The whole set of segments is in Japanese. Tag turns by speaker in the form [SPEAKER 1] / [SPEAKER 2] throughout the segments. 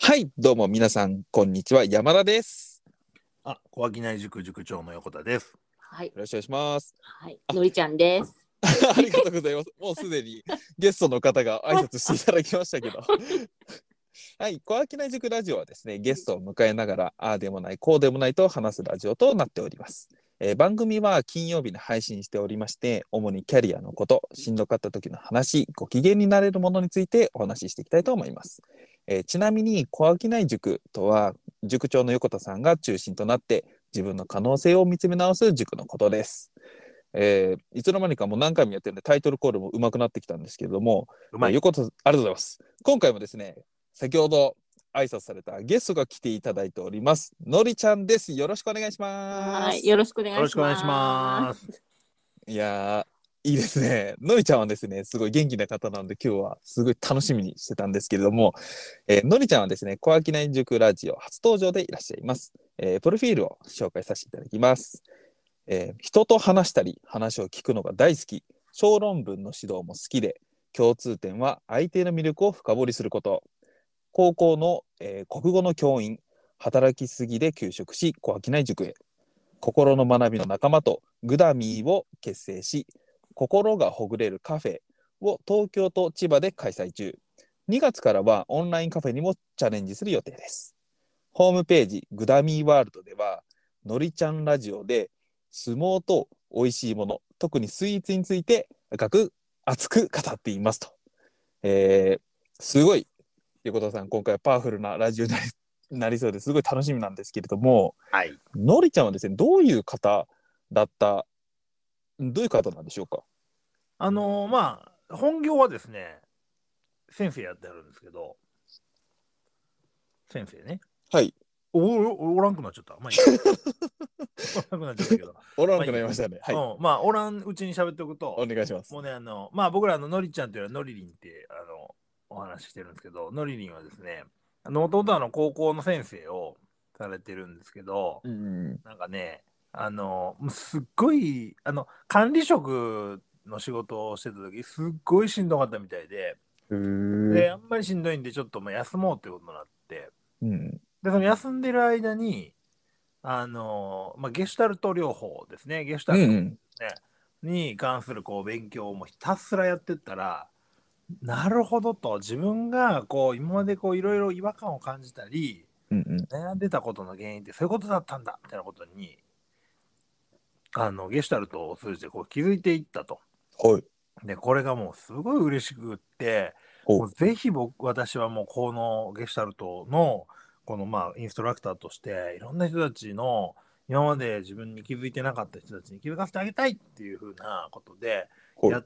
[SPEAKER 1] はい、どうも皆さん、こんにちは。山田です。
[SPEAKER 2] 小商い塾塾長の横田です。
[SPEAKER 3] はい、
[SPEAKER 1] よろしくお願いします。
[SPEAKER 3] はい、のりちゃんです。
[SPEAKER 1] ありがとうございます。もうすでにゲストの方が挨拶していただきましたけど。はい、小商い塾ラジオはですね、ゲストを迎えながら、ああでもない、こうでもないと話すラジオとなっております。番組は金曜日に配信しておりまして、主にキャリアのこと、しんどかった時の話、ご機嫌になれるものについてお話ししていきたいと思います。ちなみに、小商い塾とは、塾長の横田さんが中心となって、自分の可能性を見つめ直す塾のことです。いつの間にかもう何回もやってるんでタイトルコールも上手くなってきたんですけれども、横田さん、ありがとうございます。今回もですね、先ほど挨拶されたゲストが来ていただいております。のりちゃんです。よろしくお願いします。
[SPEAKER 3] はい、よろしくお願いします。
[SPEAKER 1] いやいいですね。のりちゃんはですね、すごい元気な方なんで、今日はすごい楽しみにしてたんですけれども、のりちゃんはですね、小商い塾ラジオ初登場でいらっしゃいます。プロフィールを紹介させていただきます。人と話したり話を聞くのが大好き、小論文の指導も好きで、共通点は相手の魅力を深掘りすること。高校の、国語の教員、働きすぎで休職し小商い塾へ。心の学びの仲間とグダミーを結成し、心がほぐれるカフェを東京と千葉で開催中。2月からはオンラインカフェにもチャレンジする予定です。ホームページグダミーワールドでは、のりちゃんラジオで相撲と美味しいもの、特にスイーツについて熱く語っていますと。すごい横田さん、今回はパワフルなラジオになりそうですごい楽しみなんですけれども、
[SPEAKER 2] はい、
[SPEAKER 1] のりちゃんはですね、どういう方だった、どういう方なんでしょうか。
[SPEAKER 2] 本業はですね、先生やってるんですけど、先生ね。
[SPEAKER 1] はい。
[SPEAKER 2] おらんくなっちゃった。まあいいおらんくなっちゃったけど。
[SPEAKER 1] おらんくなりましたね。はい。
[SPEAKER 2] おらんうちに喋っておくと、
[SPEAKER 1] お願いします。
[SPEAKER 2] もうね、僕らのりちゃんというのはのりりんってお話ししてるんですけど、のりりんはですね、もともと高校の先生をされてるんですけど、なんかね、すっごい管理職の仕事をしてた時すっごいしんどかったみたいで、あんまりしんどいんでちょっと休もうってことになって、でその休んでる間にゲシュタルト療法ですね、ゲシュタルト、ねに関する勉強をもひたすらやってったら、なるほどと、自分が今までいろいろ違和感を感じたり、悩んでたことの原因ってそういうことだったんだみたいなことにゲシュタルトを通じて気づいていったと。
[SPEAKER 1] はい。
[SPEAKER 2] でこれがもうすごい嬉しくって、もうぜひ私はもうこのゲシュタルトのインストラクターとしていろんな人たちの今まで自分に気づいてなかった人たちに気づかせてあげたいっていう風なことでやって、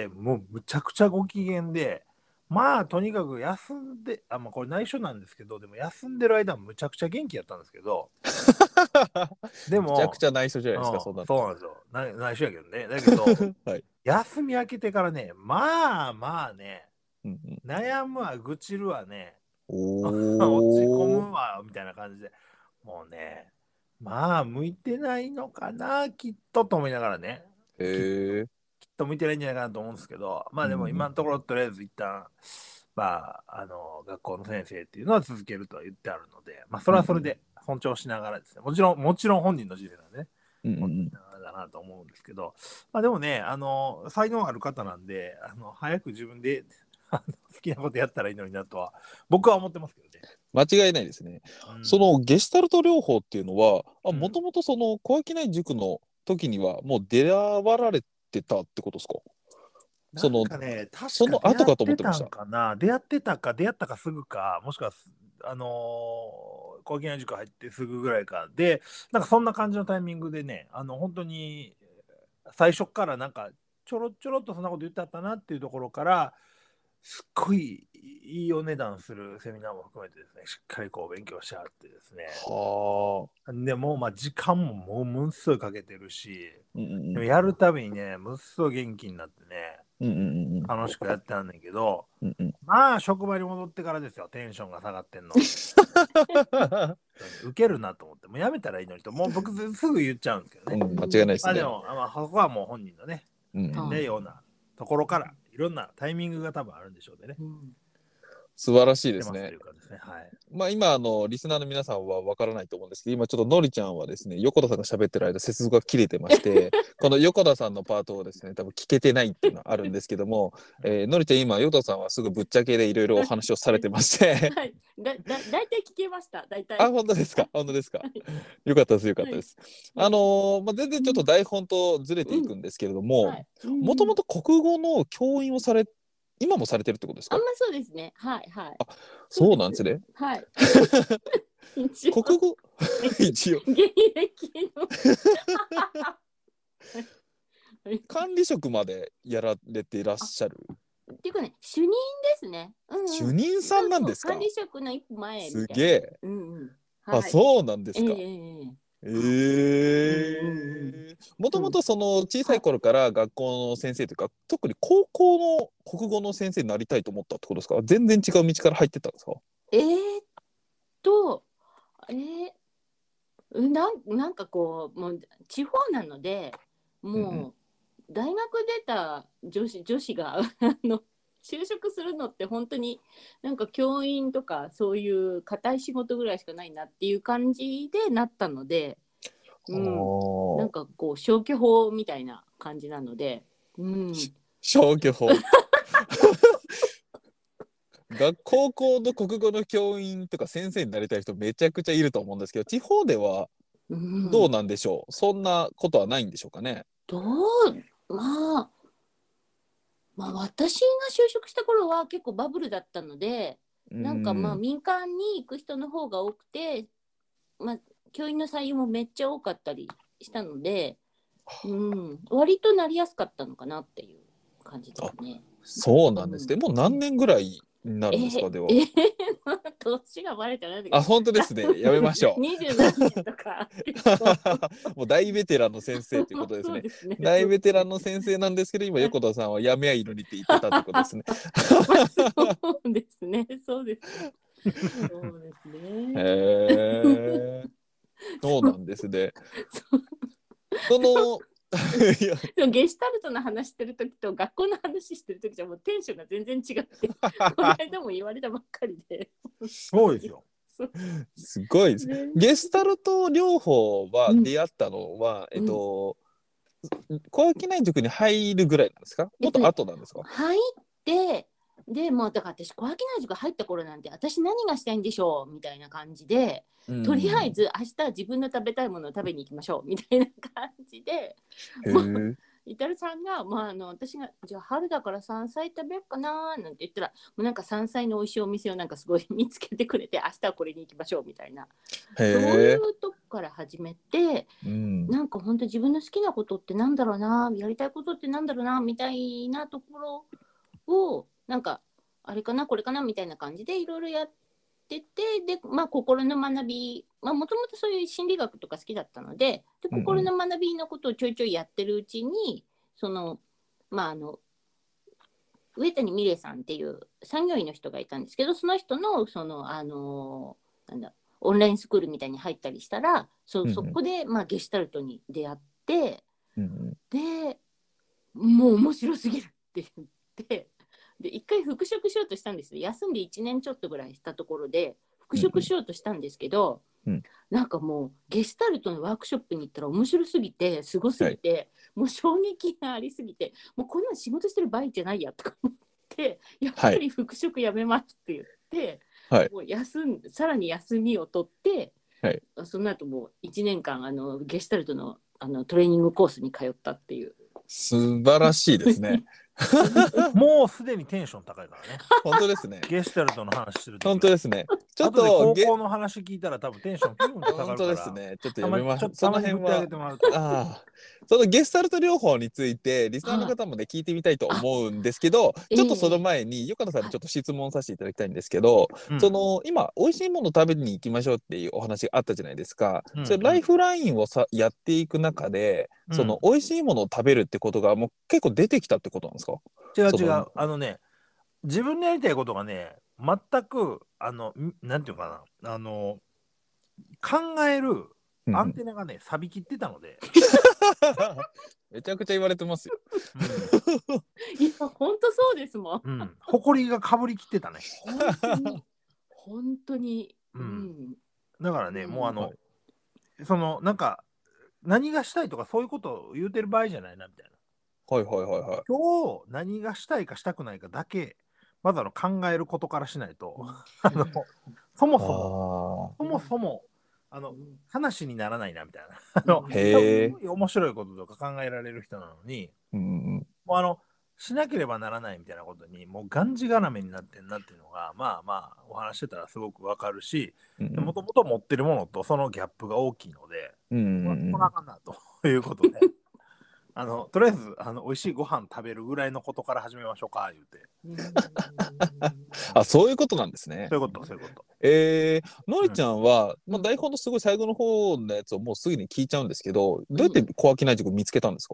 [SPEAKER 2] もうむちゃくちゃご機嫌で、とにかく休んでこれ内緒なんですけど、でも休んでる間はむちゃくちゃ元気やったんですけどでも
[SPEAKER 1] めちゃくちゃ内緒じゃないですか、
[SPEAKER 2] そうなんですよ。内緒やけどね。だけど、
[SPEAKER 1] はい、
[SPEAKER 2] 休み明けてからね、ね、悩むわ、愚痴るわね、落ち込むわ、みたいな感じで、もうね、向いてないのかな、きっとと思いながらね。きっと向いてないんじゃないかなと思うんですけど、でも今のところとりあえず一旦、学校の先生っていうのは続けるとは言ってあるので、それはそれで尊重しながらですね、もちろん本人の人生なんでね、尊重しながらだなと思うんですけど、でもね、才能ある方なんで、早く自分で好きなことやったらいいのになとは僕は思ってますけどね。
[SPEAKER 1] 間違いないですね。そのゲシュタルト療法っていうのは、もともとその小商い塾の時にはもう出会われてたってことですか？
[SPEAKER 2] なんかね、確か
[SPEAKER 1] その後かと思ってました。
[SPEAKER 2] 出会ったかすぐか、もしくは小商い塾入ってすぐぐらいかで、なんかそんな感じのタイミングでね、本当に最初からなんかちょろっとそんなこと言ってあったなっていうところから、すっごいいいお値段するセミナーも含めてですね、しっかり勉強してあってですね。でも時間ももうものすごいかけてるし、でもやるたびにね、ものすごい元気になってね、楽しくやってあんねんけど、職場に戻ってからですよ、テンションが下がってんの。ウケるなと思って、もうやめたらいいのにと、もう僕すぐ言っちゃうんですけどね。
[SPEAKER 1] 間違いないですね。
[SPEAKER 2] でも、ここはもう本人のね、ようなところから、いろんなタイミングが多分あるんでしょうでね。
[SPEAKER 1] 素晴らしいですね。
[SPEAKER 2] というかですね、はい。
[SPEAKER 1] まあ今リスナーの皆さんは分からないと思うんですけど、今ちょっとのりちゃんはですね、横田さんが喋ってる間接続が切れてましてこの横田さんのパートをですね多分聞けてないっていうのはあるんですけども、のりちゃん今横田さんはすぐぶっちゃけでいろいろお話をされてまして
[SPEAKER 3] はい。だいたい聞けました。だいたい。
[SPEAKER 1] あ、本当ですか。本当ですか。よかったです。よかったです。まあ、全然ちょっと台本とずれていくんですけれども、もともと国語の教員を今もされてるってことですか？
[SPEAKER 3] そうですね。はいはい。
[SPEAKER 1] あ、そうなんですね。
[SPEAKER 3] はい。
[SPEAKER 1] 国語一応
[SPEAKER 3] 現役の
[SPEAKER 1] 管理職までやられていらっしゃる。
[SPEAKER 3] っていうかね、主任ですね。
[SPEAKER 1] 主任さんなんですか？
[SPEAKER 3] 管理職の一歩前みたいな。
[SPEAKER 1] すげえ。あ、そうなんですか。もともとその小さい頃から学校の先生というか、特に高校の国語の先生になりたいと思ったってことですか？全然違う道から入ってったんですか？
[SPEAKER 3] なんかこう、もう地方なので、もう大学出た女子が就職するのって本当になんか教員とかそういう固い仕事ぐらいしかないなっていう感じでなったので、なんかこう消去法みたいな感じなので、
[SPEAKER 1] 消去法高校の国語の教員とか先生になりたい人めちゃくちゃいると思うんですけど、地方ではどうなんでしょう、そんなことはないんでしょうかね。
[SPEAKER 3] まあ私が就職した頃は結構バブルだったので、なんかまあ民間に行く人の方が多くて、教員の採用もめっちゃ多かったりしたので、割となりやすかったのかなっていう感じですね。
[SPEAKER 1] そうなんですね。もう何年ぐらいになるんですか？では。
[SPEAKER 3] 年がバレてないんだけど。
[SPEAKER 1] あ、本当ですね。やめましょう。
[SPEAKER 3] 20何年とか。
[SPEAKER 1] もう大ベテランの先生ということですね。大ベテランの先生なんですけど、今横田さんはやめやいいのにって言ってたってことですね。
[SPEAKER 3] そうですね。そうですね。そうですね。
[SPEAKER 1] へえ。そうなんですね。その
[SPEAKER 3] ゲシュタルトの話してる時と学校の話してる時じゃもうテンションが全然違ってこの間も言われたばっかりで。
[SPEAKER 2] そうですよ。
[SPEAKER 1] すごいです。ゲスタルト療法は出会ったのは、小商い塾に入るぐらいなんですか？もっと後なんですか？
[SPEAKER 3] 入ってでもうだから私小商い塾入った頃なんて私何がしたいんでしょうみたいな感じで、とりあえず明日自分の食べたいものを食べに行きましょうみたいな感じで、イタルさんが、私がじゃあ春だから山菜食べようかななんて言ったら、もうなんか山菜の美味しいお店をなんかすごい見つけてくれて、明日はこれに行きましょうみたいな、そういうとこから始めて、なんか本当自分の好きなことってなんだろうな、やりたいことってなんだろうなみたいなところをなんかあれかなこれかなみたいな感じでいろいろやってて、で心の学び、もともとそういう心理学とか好きだったので、心の学びのことをちょいちょいやってるうちに、その上谷美玲さんっていう産業医の人がいたんですけど、その人のオンラインスクールみたいに入ったりしたら、そこでゲシュタルトに出会って、でもう面白すぎるって言ってで一回復職しようとしたんですよ。休んで1年ちょっとぐらいしたところで復職しようとしたんですけど、なんかもうゲシュタルトのワークショップに行ったら面白すぎてすごすぎて、もう衝撃がありすぎて、もうこんな仕事してる場合じゃないやとか思ってやっぱり復職やめますって言って、もうさらに休みを取って、その後もう1年間ゲシュタルトのトレーニングコースに通ったっていう。
[SPEAKER 1] 素晴らしいですね。
[SPEAKER 2] もうすでにテンション高いからね。
[SPEAKER 1] 本当ですね。
[SPEAKER 2] ゲシュタルトの話してると。
[SPEAKER 1] 本当ですね。
[SPEAKER 2] ちょっと高校の話聞いたら多分テンション高かるから。
[SPEAKER 1] 本当ですね。ちょっとやめましょう。
[SPEAKER 2] その辺は。
[SPEAKER 1] そのゲスタルト療法についてリスナーの方もね聞いてみたいと思うんですけど、ちょっとその前に横田さんにちょっと質問させていただきたいんですけど、その今美味しいもの食べに行きましょうっていうお話があったじゃないですか。それライフラインをやっていく中で、その美味しいものを食べるってことがもう結構出てきたってことなんですか？
[SPEAKER 2] 違う。自分のやりたいことがね、全くなんていうかな、考えるアンテナがね、錆びきってたので。
[SPEAKER 1] めちゃくちゃ言われてますよ。
[SPEAKER 3] いや本当そうそうですもん。
[SPEAKER 2] うん、埃がかぶりきってたね。
[SPEAKER 3] 本当に本当に、
[SPEAKER 2] だからね、もう
[SPEAKER 1] はい
[SPEAKER 2] そのなんか何がしたいとかそういうことを言うてる場合じゃないなみたいな。
[SPEAKER 1] はいはいはいはい。
[SPEAKER 2] 今日何がしたいかしたくないかだけまず考えることからしないとそもそも話にならないなみたいな
[SPEAKER 1] へえ。
[SPEAKER 2] 面白いこととか考えられる人なのに、
[SPEAKER 1] うん
[SPEAKER 2] もうしなければならないみたいなことにもうがんじがらめになってんなっていうのがまあお話してたらすごくわかるし、もともと持ってるものとそのギャップが大きいので、こらあかんなということでとりあえず美味しいご飯食べるぐらいのことから始めましょうか言うて。
[SPEAKER 1] あ、そういうことなんですね。
[SPEAKER 2] そういうことそういうこと。
[SPEAKER 1] のりちゃんは、台本のすごい最後の方のやつをもうすぐに聞いちゃうんですけど、どうやって小商い塾見つけたんですか？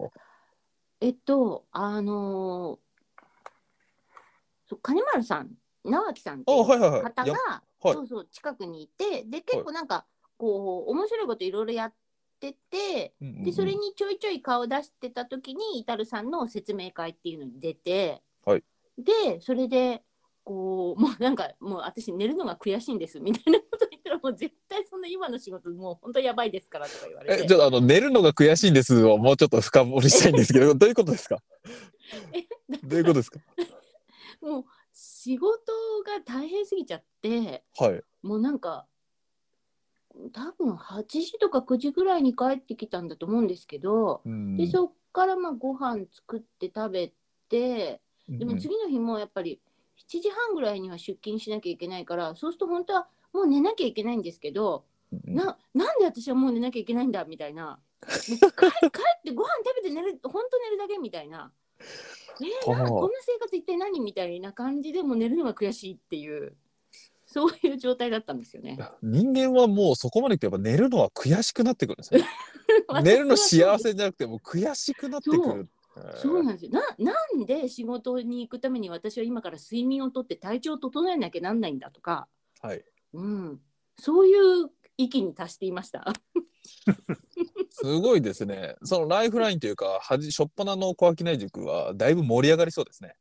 [SPEAKER 3] 金丸さん、直樹さんっていう方が、そうそう近くにいて、で結構なんかこう面白いこといろいろやってて、でそれにちょいちょい顔出してた時にイタルさんの説明会っていうのに出て、でそれでこうもうなんかもう私寝るのが悔しいんですみたいなこと言ったら、もう絶対そんな今の仕事もう本当やばいですからとか言われて、
[SPEAKER 1] じゃあ寝るのが悔しいんですをもうちょっと深掘りしたいんですけどどういうことですか？どういうことですか？
[SPEAKER 3] もう仕事が大変すぎちゃって、もうなんか多分8時とか9時ぐらいに帰ってきたんだと思うんですけど、でそっからご飯作って食べて、でも次の日もやっぱり7時半ぐらいには出勤しなきゃいけないから、そうすると本当はもう寝なきゃいけないんですけど、なんで私はもう寝なきゃいけないんだみたいな、帰ってご飯食べて寝る、本当寝るだけみたいな、こんな生活一体何みたいな感じでもう寝るのが悔しいっていう、そういう状態だったんですよね。
[SPEAKER 1] 人間はもうそこまでいけば寝るのは悔しくなってくるんですよ。寝るの幸せじゃなくてもう悔しくなってくる。
[SPEAKER 3] そうなんですよ。なんで仕事に行くために私は今から睡眠をとって体調を整えなきゃなんないんだとか、そういう域に達していました。
[SPEAKER 1] すごいですね。そのライフラインというか初っ端の小商い塾はだいぶ盛り上がりそうですね。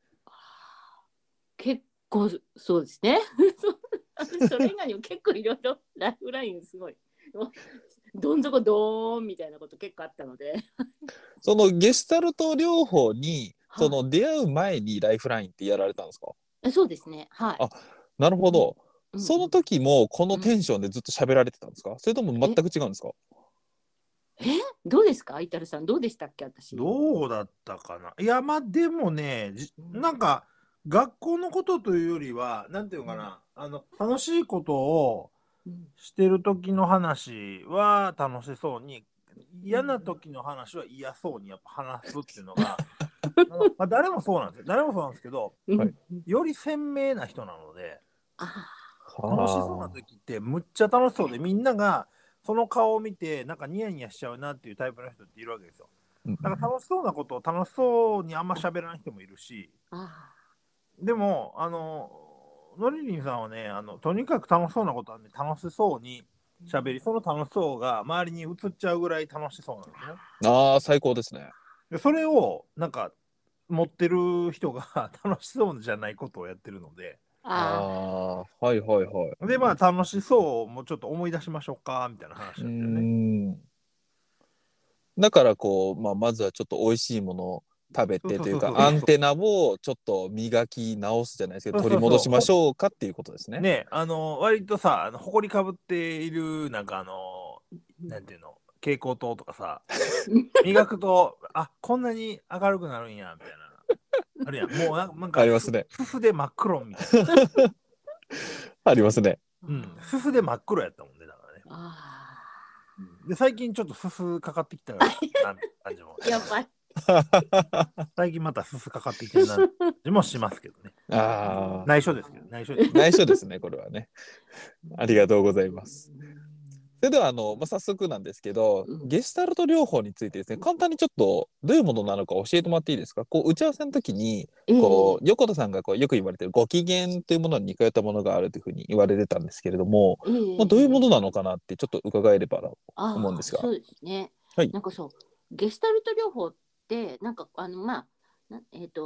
[SPEAKER 3] 結構そうですね。それ以外にも結構いろいろライフラインすごいどん底ドーンみたいなこと結構あったので
[SPEAKER 1] そのゲスタルト療法にその出会う前にライフラインってやられたんですか？
[SPEAKER 3] そうですね。はい。
[SPEAKER 1] あ、なるほど。その時もこのテンションでずっと喋られてたんですか？それとも全く違うんですか？
[SPEAKER 3] どうですか、イタルさん、どうでしたっけ？私
[SPEAKER 2] どうだったかな。いやまあでもね、なんか学校のことというよりはなんていうのかな、楽しいことをしてる時の話は楽しそうに、嫌な時の話は嫌そうにやっぱ話すっていうのがまあ誰もそうなんですよ。誰もそうなんですけど、より鮮明な人なので、楽しそうな時ってむっちゃ楽しそうで、みんながその顔を見てなんかニヤニヤしちゃうなっていうタイプの人っているわけですよ。だから楽しそうなことを楽しそうにあんま喋らない人もいるし、でものりりんさんはね、とにかく楽しそうなことはね、楽しそうに喋り、その楽しそうが周りに映っちゃうぐらい楽しそうなんですね。
[SPEAKER 1] ああ、最高ですね。
[SPEAKER 2] でそれをなんか持ってる人が楽しそうじゃないことをやってるので、
[SPEAKER 1] はいはいはい。
[SPEAKER 2] でまあ楽しそうもうちょっと思い出しましょうかみたいな話だったよね。
[SPEAKER 1] だからまずはちょっと美味しいものを食べてというか、アンテナをちょっと磨き直すじゃないですけど、取り戻しましょうかっていうことですね。
[SPEAKER 2] ね、割とさ、ほこりかぶっているなんかなんていうの、蛍光灯とかさ磨くとこんなに明るくなるんやみたいなあるやん。もうなんか
[SPEAKER 1] ありますね。
[SPEAKER 2] すすで真っ黒みたいな
[SPEAKER 1] ありますね。
[SPEAKER 2] すすで真っ黒やったもんね、だからね。で最近ちょっとすすかかってきた感じも
[SPEAKER 3] やばい
[SPEAKER 2] 最近またすすかかってきてる感じもしますけどね。内緒ですけど、内
[SPEAKER 1] 緒ですね、これはね。ありがとうございます。それでは早速なんですけど、ゲスタルト療法についてですね、簡単にちょっとどういうものなのか教えてもらっていいですか？打ち合わせの時に横田さんがよく言われてるご機嫌というものに似通ったものがあるというふうに言われてたんですけれども、どういうものなのかなってちょっと伺えればと思うんですが。
[SPEAKER 3] そうですね。なんかゲスタルト療法ってなんか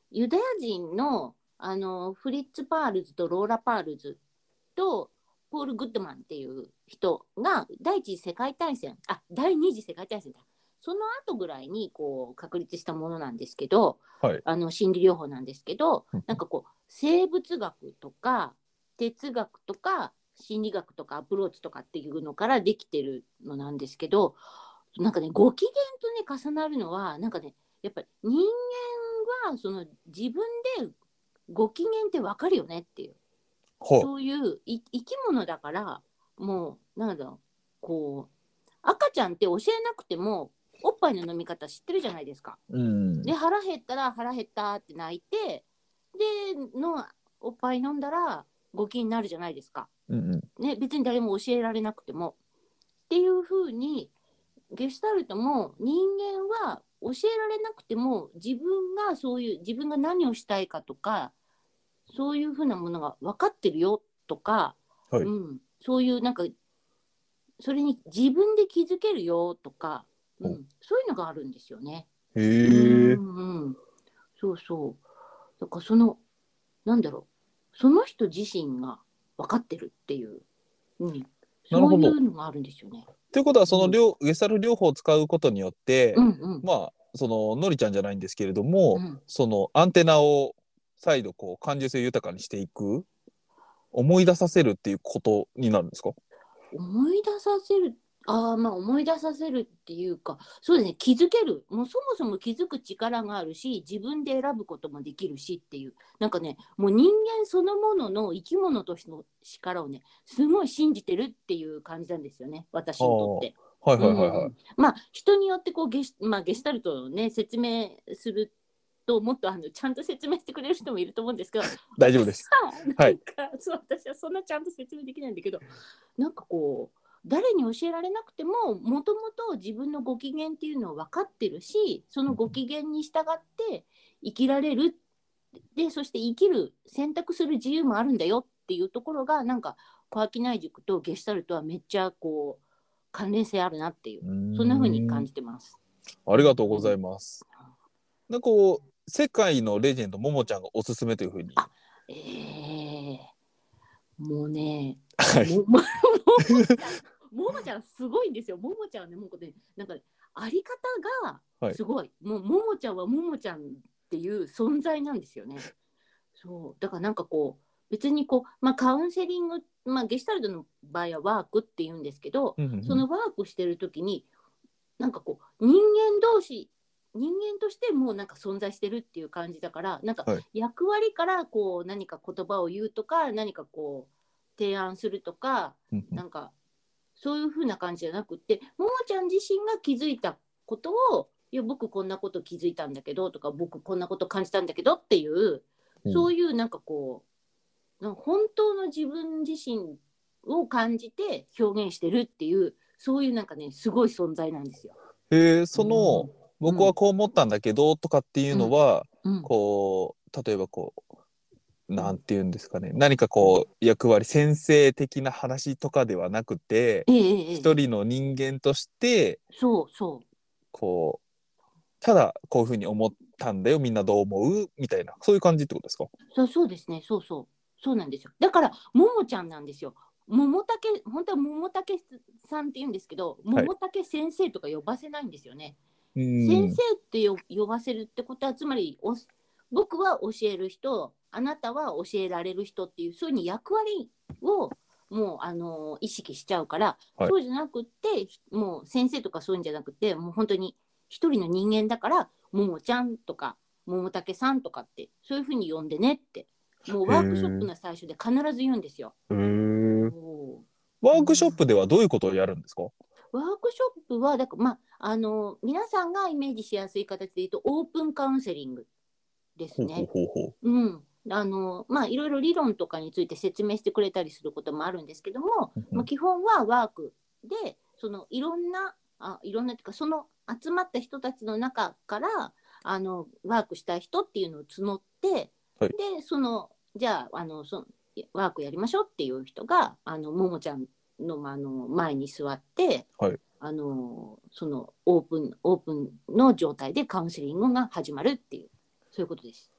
[SPEAKER 3] ユダヤ人の、フリッツ・パールズとローラ・パールズとポール・グッドマンっていう人が第一次世界大戦、第二次世界大戦だ。その後ぐらいにこう確立したものなんですけど、
[SPEAKER 1] はい、
[SPEAKER 3] 心理療法なんですけど、なんかこう生物学とか哲学とか心理学とかアプローチとかっていうのからできてるのなんですけど、なんかね、ご機嫌とね重なるのは、なんかね、やっぱり人間はその自分でご機嫌ってわかるよねっていう、そういう生き物だから、もうなんだろう、こう赤ちゃんって教えなくてもおっぱいの飲み方知ってるじゃないですか。で、腹減ったら腹減ったって泣いて、でのおっぱい飲んだらご機嫌になるじゃないですか。ね、別に誰も教えられなくてもっていう風に、ゲシュタルトも人間は教えられなくても自分が何をしたいかとか、そういう風なものが分かってるよとか、
[SPEAKER 1] はい、
[SPEAKER 3] そういうなんかそれに自分で気づけるよとか、そういうのがあるんですよね。
[SPEAKER 1] へえ。
[SPEAKER 3] そうそう。だからそのなんだろう、その人自身が分かってるっていう、そういうのがあるんですよね。
[SPEAKER 1] ということは、そのゲスタルト療法を使うことによって、まあそののりちゃんじゃないんですけれども、そのアンテナを再度こう感受性豊かにしていく、思い出させるっていうことになるんですか？
[SPEAKER 3] 思い出させる、思い出させるっていうか、そうですね、気づける、もうそもそも気づく力があるし、自分で選ぶこともできるしっていう、なんかね、もう人間そのものの生き物としての力をね、すごい信じてるっていう感じなんですよね、私にとって。人によってこうゲシュタルトをね説明すると、もっとちゃんと説明してくれる人もいると思うんですけど、
[SPEAKER 1] 大丈夫です。
[SPEAKER 3] 私はそんなちゃんと説明できないんだけど、なんかこう誰に教えられなくても、もともと自分のご機嫌っていうのを分かってるし、そのご機嫌に従って生きられる、でそして生きる選択する自由もあるんだよっていうところが、なんか小商い塾とゲシュタルトはめっちゃこう関連性あるなっていう、そんな風に感じてます。
[SPEAKER 1] ありがとうございます。なんかこう世界のレジェンドももちゃんがおすすめというふうに。
[SPEAKER 3] もうね、
[SPEAKER 1] はい、
[SPEAKER 3] ももちゃんすごいんですよ。ももちゃんね、もうね、なんか、あり方がすごい。もうももちゃんはももちゃんっていう存在なんですよね。そうだからなんかこう別にこう、カウンセリング、ゲシュタルトの場合はワークって言うんですけど、そのワークしてる時になんかこう人間同士、人間としてもうなんか存在してるっていう感じだから、なんか役割からこう何か言葉を言うとか、何かこう提案するとか、なんかそういう風な感じじゃなくて、ももちゃん自身が気づいたことを、いや僕こんなこと気づいたんだけどとか、僕こんなこと感じたんだけどっていう、そういうなんかこうなんか本当の自分自身を感じて表現してるっていう、そういうなんかねすごい存在なんですよ。
[SPEAKER 1] その、僕はこう思ったんだけどとかっていうのは、こう例えばこうなんていうんですかね、何かこう役割、先生的な話とかではなくて、一人の人間としてこうただこういうふうに思ったんだよ、みんなどう思うみたいな、そういう感じってことですか？
[SPEAKER 3] そうですね、そうなんですよ。だからももちゃんなんですよ。桃竹、本当は桃竹さんって言うんですけど、桃竹先生とか呼ばせないんですよね。先生って呼ばせるってことは、つまり僕は教える人、あなたは教えられる人っていう、そういう役割をもう意識しちゃうから、そうじゃなくて、もう先生とかそういうんじゃなくて、もう本当に一人の人間だから、ももちゃんとか桃竹さんとかってそういうふうに呼んでねって、もうワークショップの最初で必ず言うんですよ。
[SPEAKER 1] ワークショップではどういうことをやるんですか？
[SPEAKER 3] ワークショップはだから皆さんがイメージしやすい形で言うとオープンカウンセリングですね。いろいろ理論とかについて説明してくれたりすることもあるんですけども、基本はワークで、そのいろんなっていうか、その集まった人たちの中からワークしたい人っていうのを募って、でじゃあワークやりましょうっていう人がももちゃんの、前に座って、そのオープンの状態でカウンセリングが始まるっていう、そういうことです。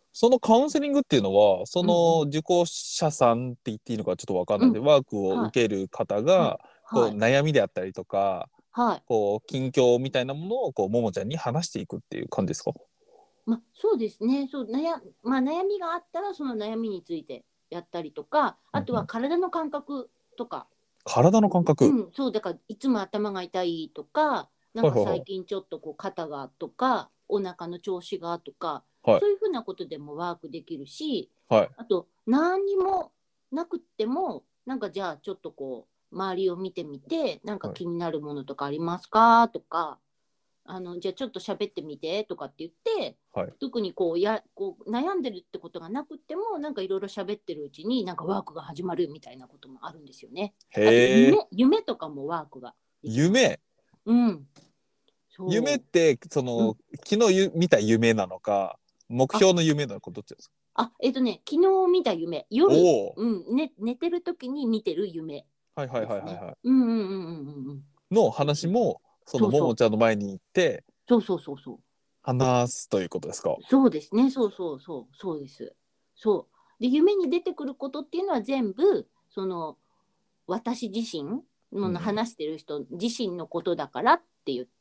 [SPEAKER 1] そのカウンセリングっていうのは、そ
[SPEAKER 3] うん
[SPEAKER 1] の受講者さんって言っていいのかちょっとわかんないんで、ワークを受ける方が、こう
[SPEAKER 3] はい
[SPEAKER 1] 悩みであったりとか、
[SPEAKER 3] はい
[SPEAKER 1] こう近況みたいなものをこうももちゃんに話していくっていう感じですか？
[SPEAKER 3] そうですね。悩みがあったらその悩みについてやったりとか、あとは体の感覚とか、
[SPEAKER 1] 体の感覚。
[SPEAKER 3] そうだからいつも頭が痛いとか、なんか最近ちょっとこう肩がとか、お腹の調子がとか、
[SPEAKER 1] はい、
[SPEAKER 3] そういうふうなことでもワークできるし、
[SPEAKER 1] はい、
[SPEAKER 3] あと何にもなくっても、なんかじゃあちょっとこう周りを見てみて、なんか気になるものとかありますかとか。じゃあちょっと喋ってみてとかって言って、
[SPEAKER 1] はい、
[SPEAKER 3] 特にこう悩んでるってことがなくても、なんかいろいろ喋ってるうちになんかワークが始まるみたいなこともあるんですよね。あと
[SPEAKER 1] へえ。
[SPEAKER 3] 夢とかもワークができます。
[SPEAKER 1] 夢。
[SPEAKER 3] そう
[SPEAKER 1] 夢ってその、昨日見た夢なのか、目標の夢なのか、どっちですか？
[SPEAKER 3] 昨日見た夢、夜、
[SPEAKER 1] おお。
[SPEAKER 3] 寝てる時に見てる夢
[SPEAKER 1] はいはい
[SPEAKER 3] ですね。
[SPEAKER 1] はいはいはい。
[SPEAKER 3] うん。
[SPEAKER 1] の話もその
[SPEAKER 3] そうそう
[SPEAKER 1] ももちゃんの前に行って
[SPEAKER 3] そうそうそうそう。
[SPEAKER 1] 話すということですか？
[SPEAKER 3] そうですね。そうです。そう。で、夢に出てくることっていうのは全部、その、私自身の話してる人自身のことだからって言って、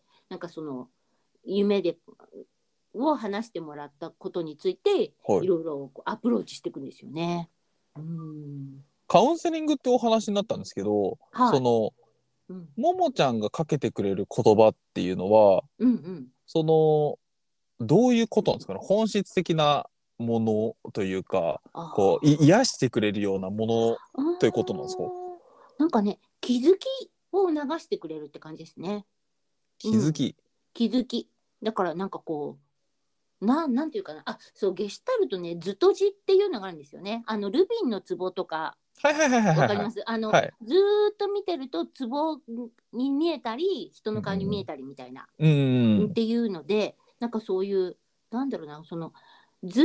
[SPEAKER 3] なんかその、夢で、を話してもらったことについて、
[SPEAKER 1] はい。
[SPEAKER 3] いろいろアプローチしていくんですよね。うん。
[SPEAKER 1] カウンセリングってお話になったんですけど、
[SPEAKER 3] はい。
[SPEAKER 1] その
[SPEAKER 3] うん。
[SPEAKER 1] ももちゃんがかけてくれる言葉っていうのは、
[SPEAKER 3] うん。
[SPEAKER 1] そのどういうことなんですかね？本質的なものというか、こう癒してくれるようなものということなんですか？
[SPEAKER 3] なんかね、気づきを促してくれるって感じですね。
[SPEAKER 1] 気づき。
[SPEAKER 3] 気づき。だからなんかこう、なんていうかな。そう、ゲシュタルトね、図とじっていうのがあるんですよね。ルビンの壺とか、
[SPEAKER 1] はいはいはいはいはいはい。
[SPEAKER 3] わかります。
[SPEAKER 1] はい。
[SPEAKER 3] ずーっと見てると壺に見えたり、人の顔に見えたりみたいな。
[SPEAKER 1] うん。
[SPEAKER 3] っていうので、なんかそういう、なんだろうな、その、図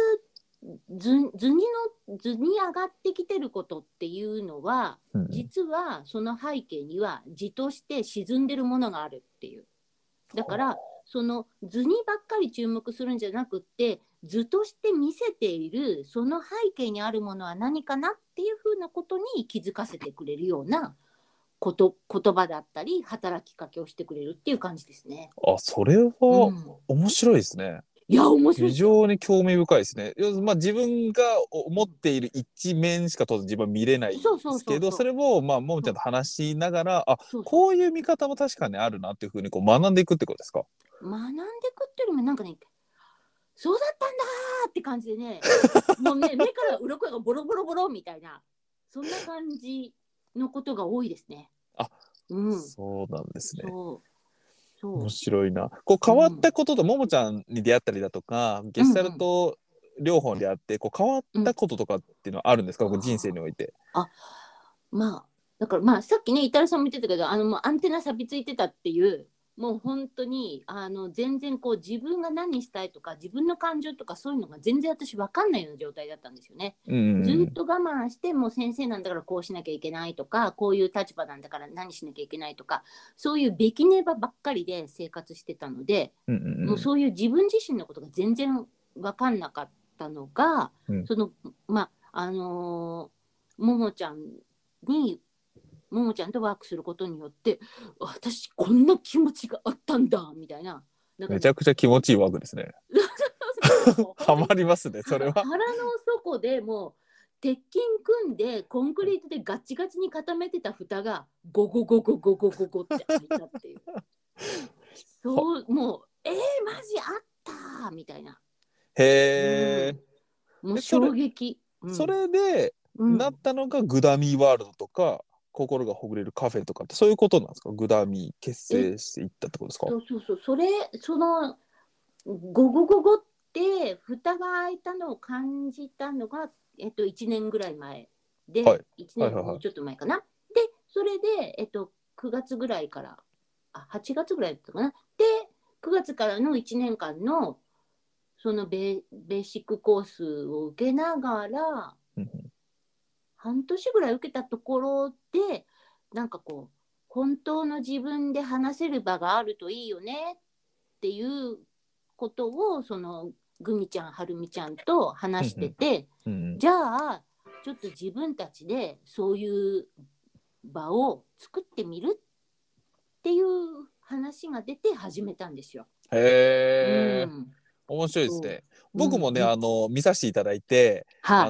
[SPEAKER 3] 図に上がってきてることっていうのは、実はその背景には図として沈んでるものがあるっていう。だからその図にばっかり注目するんじゃなくって図として見せているその背景にあるものは何かなっていうふうなことに気づかせてくれるような言葉だったり働きかけをしてくれるっていう感じですね。
[SPEAKER 1] あ、それは面白いですね。
[SPEAKER 3] いや面白い
[SPEAKER 1] 非
[SPEAKER 3] ですよ。
[SPEAKER 1] 常に興味深いですね。まあ、自分が思っている一面しか当然自分は見れないですけど、それをまあももちゃんと話しながら、こういう見方も確かにあるなっていうふうにこう学んでいくってことですか？
[SPEAKER 3] 学んでいくっていうよりもなんかね、そうだったんだーって感じでね、もうね目から鱗がボロボロボロみたいな、そんな感じのことが多いですね。
[SPEAKER 1] そうなんですね。面
[SPEAKER 3] そう
[SPEAKER 1] 白いな。こう変わったこととももちゃんに出会ったりだとか、ゲスタルト療法に出会ってこう変わったこととかっていうのはあるんですか？こう人生において。
[SPEAKER 3] だからさっきねイタルさんも言ってたけどもうアンテナ錆びついてたっていうもう本当に全然こう自分が何したいとか自分の感情とかそういうのが全然私分かんないような状態だったんですよね。ずっと我慢してもう先生なんだからこうしなきゃいけないとかこういう立場なんだから何しなきゃいけないとかそういうべきねばばっかりで生活してたので、もうそういう自分自身のことが全然分かんなかったのが、そのももちゃんにももちゃんとワークすることによって私こんな気持ちがあったんだみたいな、
[SPEAKER 1] めちゃくちゃ気持ちいいワークですね。ハマりますねそれは。
[SPEAKER 3] 腹の底でもう鉄筋組んでコンクリートでガチガチに固めてた蓋がゴゴゴゴゴゴゴゴって開いたっていうそうもうマジあったみたいな。
[SPEAKER 1] へえ、
[SPEAKER 3] もう衝撃。
[SPEAKER 1] それでなったのがグダミーワールドとか心がほぐれるカフェとかってそういうことなんですか？グダミー結成していったってことですか？
[SPEAKER 3] そのゴゴゴゴって蓋が開いたのを感じたのが、1年ぐらい前で、1年もうちょっと前かな。でそれで、9月ぐらいから8月ぐらいだったかな。で9月からの1年間のそのベーシックコースを受けながら半年ぐらい受けたところでなんかこう本当の自分で話せる場があるといいよねっていうことをそのグミちゃんはるみちゃんと話してて、
[SPEAKER 1] うん
[SPEAKER 3] じゃあちょっと自分たちでそういう場を作ってみるっていう話が出て始めたんですよ。
[SPEAKER 1] へえ、
[SPEAKER 3] うん、
[SPEAKER 1] 面白いですね。
[SPEAKER 3] そう
[SPEAKER 1] 僕もね、
[SPEAKER 3] うん
[SPEAKER 1] 見させていただいて、
[SPEAKER 3] はい、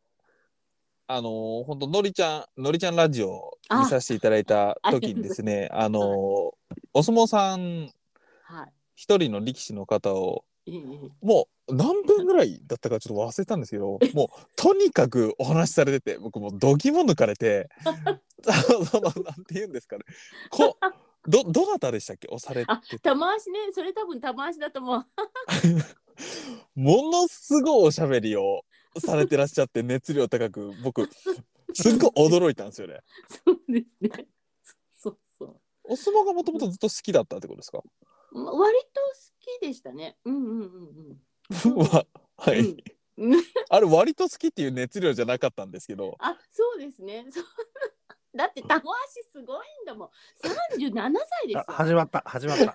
[SPEAKER 1] 本当のりちゃんラジオ見
[SPEAKER 3] あ、
[SPEAKER 1] させていただいた時にですね、お相撲さん
[SPEAKER 3] はい
[SPEAKER 1] 一人の力士の方を
[SPEAKER 3] ええ
[SPEAKER 1] もう何分ぐらいだったかちょっと忘れたんですけど、もうとにかくお話しされてて、僕もう度肝抜かれて、なんて言うんですかね、どなたでしたっけ、押され
[SPEAKER 3] あ、
[SPEAKER 1] て、
[SPEAKER 3] 玉足ね、それ多分玉足だと思う。
[SPEAKER 1] ものすごいおしゃべりをされてらっしゃって、熱量高く、僕すっごい驚いたんですよね。
[SPEAKER 3] そうですね。そうそう
[SPEAKER 1] お相撲がもともとずっと好きだったってことですか？
[SPEAKER 3] 割と好きでしたね。うんうんうんうん。
[SPEAKER 1] はい、
[SPEAKER 3] うん、
[SPEAKER 1] あれ割と好きっていう熱量じゃなかったんですけど、
[SPEAKER 3] あ、そうですね。だって玉足すごいんだもん。37歳ですよ。
[SPEAKER 2] 始まった始まった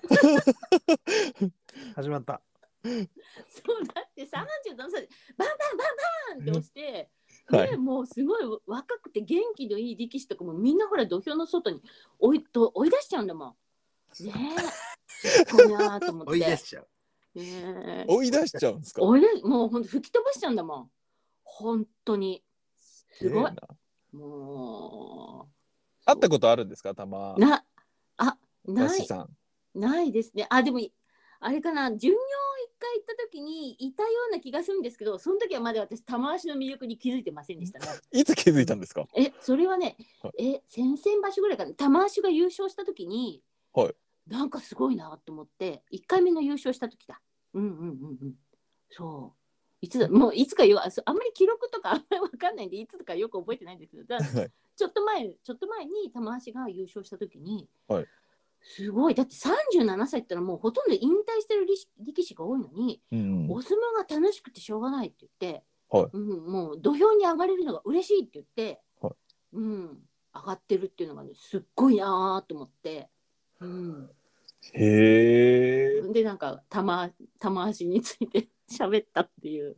[SPEAKER 2] 始まった。
[SPEAKER 3] そうだって37歳でバンバンバンバンって押して、
[SPEAKER 1] はい
[SPEAKER 3] でもうすごい若くて元気のいい力士とかもみんなほら土俵の外に追い出しちゃうんだもん。ねえ、すごいなと思って。
[SPEAKER 2] 追い出しちゃう。
[SPEAKER 3] ねえ、
[SPEAKER 1] 追い出しちゃうんですか？
[SPEAKER 3] もうほんと吹き飛ばしちゃうんだもん。本当にすごい。もう
[SPEAKER 1] 会ったことあるんですか、玉
[SPEAKER 3] ない
[SPEAKER 1] さん。
[SPEAKER 3] ないですね。あ、でもあれかな、巡業一回行った時にいたような気がするんですけど、その時はまだ私玉足の魅力に気づいてませんでしたね。
[SPEAKER 1] いつ気づいたんですか？
[SPEAKER 3] それはね、先々場所ぐらいかな、玉足が優勝した時に、
[SPEAKER 1] はい、
[SPEAKER 3] なんかすごいなと思って、1回目の優勝した時だ。そう。いつかあんまり記録とかあんまり分かんないんで、いつとかよく覚えてないんですけど、ちょっと前に玉足が優勝した時に、
[SPEAKER 1] はい、
[SPEAKER 3] すごい、だって37歳ってのはもうほとんど引退してる力士が多いのに、お相撲が楽しくてしょうがないって言って、もう土俵に上がれるのが嬉しいって言って、上がってるっていうのがね、すっごいなと思って、
[SPEAKER 1] へえ。
[SPEAKER 3] でなんか玉足について喋ったっていう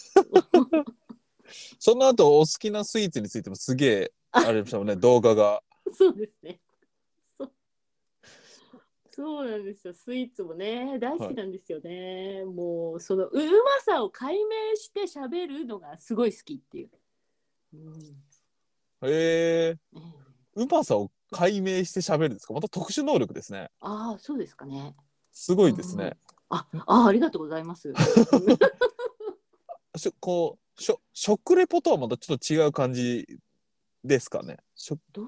[SPEAKER 1] その後お好きなスイーツについてもすげえあれでしたもんね、動画が。
[SPEAKER 3] そうですね。そうなんですよ。スイーツもね、大好きなんですよね。もうそのうまさを解明して喋るのがすごい好きっていう。
[SPEAKER 1] へえ。うまさを解明して喋るんですか？また特殊能力ですね。
[SPEAKER 3] ああ、そうですかね。
[SPEAKER 1] すごいですね。
[SPEAKER 3] ありがとうございます。
[SPEAKER 1] 食レポとはまたちょっと違う感じですかね。
[SPEAKER 3] ど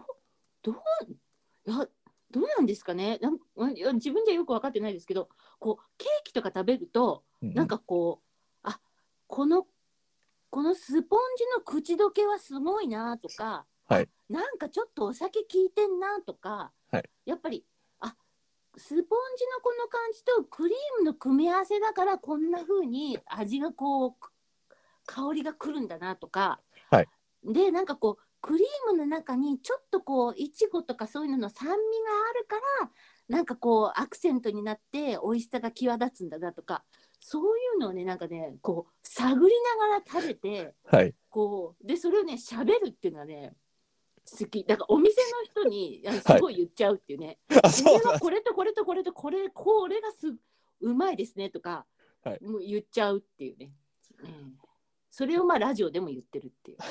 [SPEAKER 3] うなんですかね。自分じゃよく分かってないですけど、こうケーキとか食べると、なんかこうこのスポンジの口どけはすごいなとか、なんかちょっとお酒効いてんなとか、やっぱりスポンジのこの感じとクリームの組み合わせだからこんな風に味がこう香りがくるんだなとか、でなんかこうクリームの中にちょっとこういちごとかそういうの酸味があるからなんかこうアクセントになって美味しさが際立つんだなとか、そういうのをねなんかねこう探りながら食べて、こうでそれをね喋るっていうのはね好きだから、お店の人にすごい言っちゃうっていうね、これはこれとこれとこれとこれがうまいですねとか、もう言っちゃうっていうね、それをまあラジオでも言ってるっていう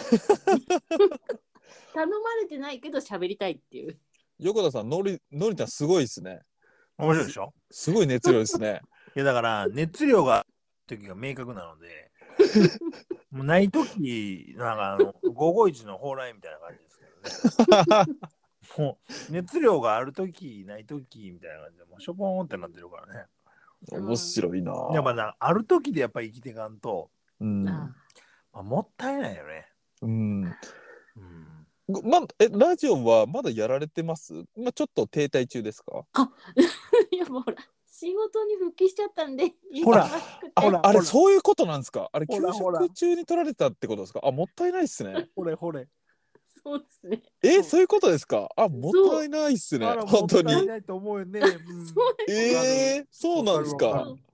[SPEAKER 3] 頼まれてないけど喋りたいっていう。
[SPEAKER 1] 横田さん、のりちゃんすごいですね。
[SPEAKER 2] 面白いでしょ？
[SPEAKER 1] すごい熱量ですね。
[SPEAKER 2] いやだから熱量が時が明確なのでもうない時なんか551の蓬莱みたいな感じですけどねもう熱量がある時ない時みたいな感じでもうしょぼーんってなってるからね。
[SPEAKER 1] 面白いな。
[SPEAKER 2] やっぱある時でやっぱり生きていかんと、もったいないよね。
[SPEAKER 1] ラジオはまだやられてます？ちょっと停滞中ですか？
[SPEAKER 3] いやもうほら仕事に復帰しちゃったんで。
[SPEAKER 2] ほら
[SPEAKER 1] あれそういうことなんですか？あれ休職中に取られたってことですか？もったいないっすね。
[SPEAKER 3] そうですね。
[SPEAKER 1] そういうことですか？もったいないっすね。本当に。
[SPEAKER 2] もったいないと思うよね。
[SPEAKER 1] そうなんですか？
[SPEAKER 3] 2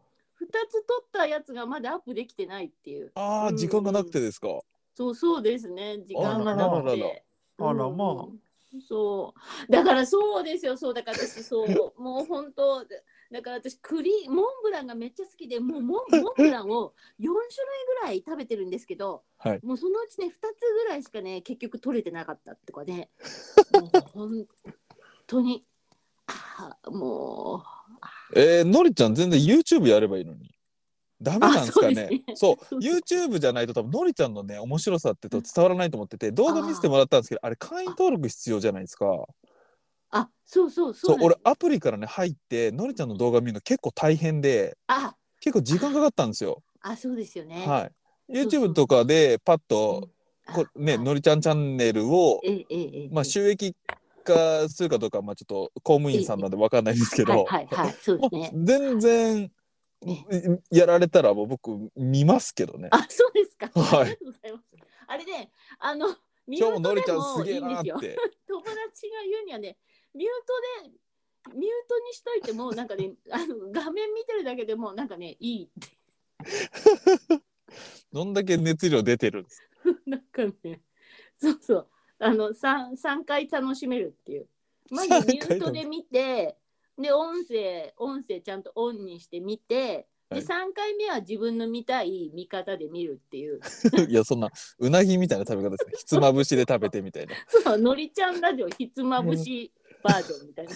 [SPEAKER 3] 撮ったやつがまだアップできてないっていう。
[SPEAKER 1] 時間がなくてですか。
[SPEAKER 3] そうですね、時間がなくて。
[SPEAKER 2] あらまあ。
[SPEAKER 3] そうだからそうですよ。だから私もう本当だから私モンブランがめっちゃ好きで、もうモンブランを4種類ぐらい食べてるんですけど、
[SPEAKER 1] はい、
[SPEAKER 3] もうそのうちね2つぐらいしかね結局取れてなかったってかね、もう本当にも
[SPEAKER 1] うのりちゃん全然 YouTube やればいいのに。ダメなんですかね。そう YouTube じゃないと多分のりちゃんのね面白さって伝わらないと思ってて、動画見せてもらったんですけど、あれ会員登録必要じゃないですか。
[SPEAKER 3] そう
[SPEAKER 1] 俺アプリからね入ってのりちゃんの動画見るの結構大変で、結構時間かかったんですよ。
[SPEAKER 3] そうですよね。
[SPEAKER 1] はい。YouTube とかでパッとのりちゃんチャンネルを収益化するかどうかはちょっと公務員さんなんで分かんないんですけど、全然やられたらもう僕見ますけどね。
[SPEAKER 3] そうですか。
[SPEAKER 1] はい。
[SPEAKER 3] ありがとうございます。あれね、
[SPEAKER 1] 今日ものりちゃんすげえなって。
[SPEAKER 3] 友達が言うにはね、ミュートにしといてもなんかね画面見てるだけでもなんかねいいって
[SPEAKER 1] どんだけ熱量出てるんですか。
[SPEAKER 3] なんかね、3回楽しめるっていう。まずミュートで見て、で音声ちゃんとオンにして見て、で3回目は自分の見たい見方で見るっていう。
[SPEAKER 1] いやそんなうなぎみたいな食べ方ですね。ひつまぶしで食べてみたいな。
[SPEAKER 3] のりちゃんラジオひつまぶしバージョンみたいな。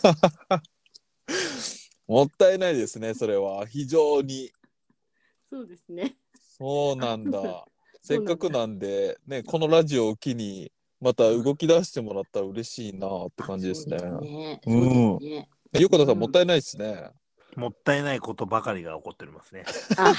[SPEAKER 1] もったいないですね、それは。非常に。
[SPEAKER 3] そうですね。
[SPEAKER 1] そうなんだ。せっかくなんで、ね、このラジオを機に、また動き出してもらったら嬉しいなって感じですね。横田さん、もったいないですね。
[SPEAKER 2] もったいないことばかりが起こっておりますね。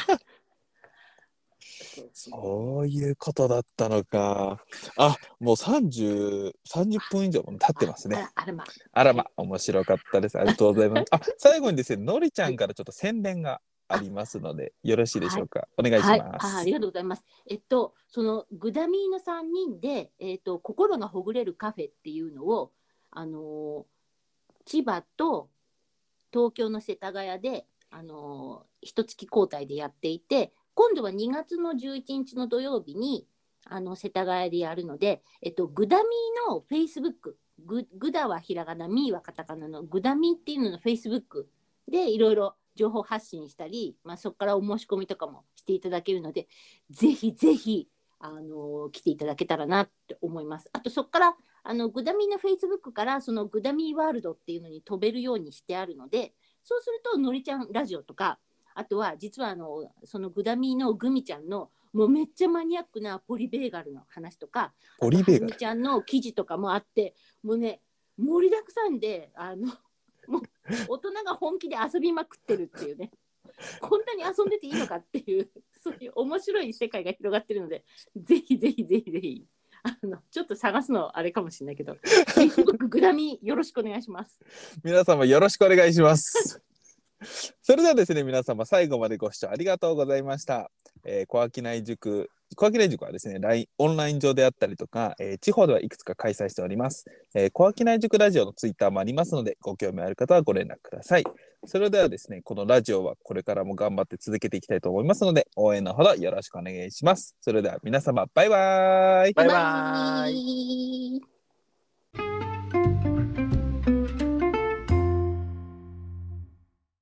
[SPEAKER 1] そういうことだったのか。もう30分以上も経ってますね。あらま、面白かったです。ありがとうございます。最後にですね、のりちゃんからちょっと宣伝がありますので、よろしいでしょうか。お願いします。
[SPEAKER 3] ありがとうございます。そのグダミーの3人で、心がほぐれるカフェっていうのを、千葉と東京の世田谷で、一月交代でやっていて、今度は2月の11日の土曜日に世田谷でやるので、グダミーのフェイスブック、グダはひらがな、ミーはカタカナのグダミーっていうののフェイスブックでいろいろ情報発信したり、そこからお申し込みとかもしていただけるので、ぜひぜひ来ていただけたらなって思います。あとそこからグダミーのフェイスブックからそのグダミーワールドっていうのに飛べるようにしてあるので、そうするとのりちゃんラジオとか、あとは実はそのグダミーのグミちゃんのもうめっちゃマニアックなポリベーガルの話とか、
[SPEAKER 1] ポリベーガル
[SPEAKER 3] ちゃんの記事とかもあって、もうね盛りだくさんでもう大人が本気で遊びまくってるっていうね、こんなに遊んでていいのかっていう、そういう面白い世界が広がってるので、ぜひぜひぜひぜひちょっと探すのあれかもしれないけど、Facebook グダミよろしくお願いします。
[SPEAKER 1] 皆様よろしくお願いします。それではですね、皆様最後までご視聴ありがとうございました。小商い塾はですね、オンライン上であったりとか、地方ではいくつか開催しております。小商い塾ラジオのツイッターもありますので、ご興味ある方はご連絡ください。それではですね、このラジオはこれからも頑張って続けていきたいと思いますので、応援のほどよろしくお願いします。それでは皆様、バイバーイ。
[SPEAKER 3] バイバーイ。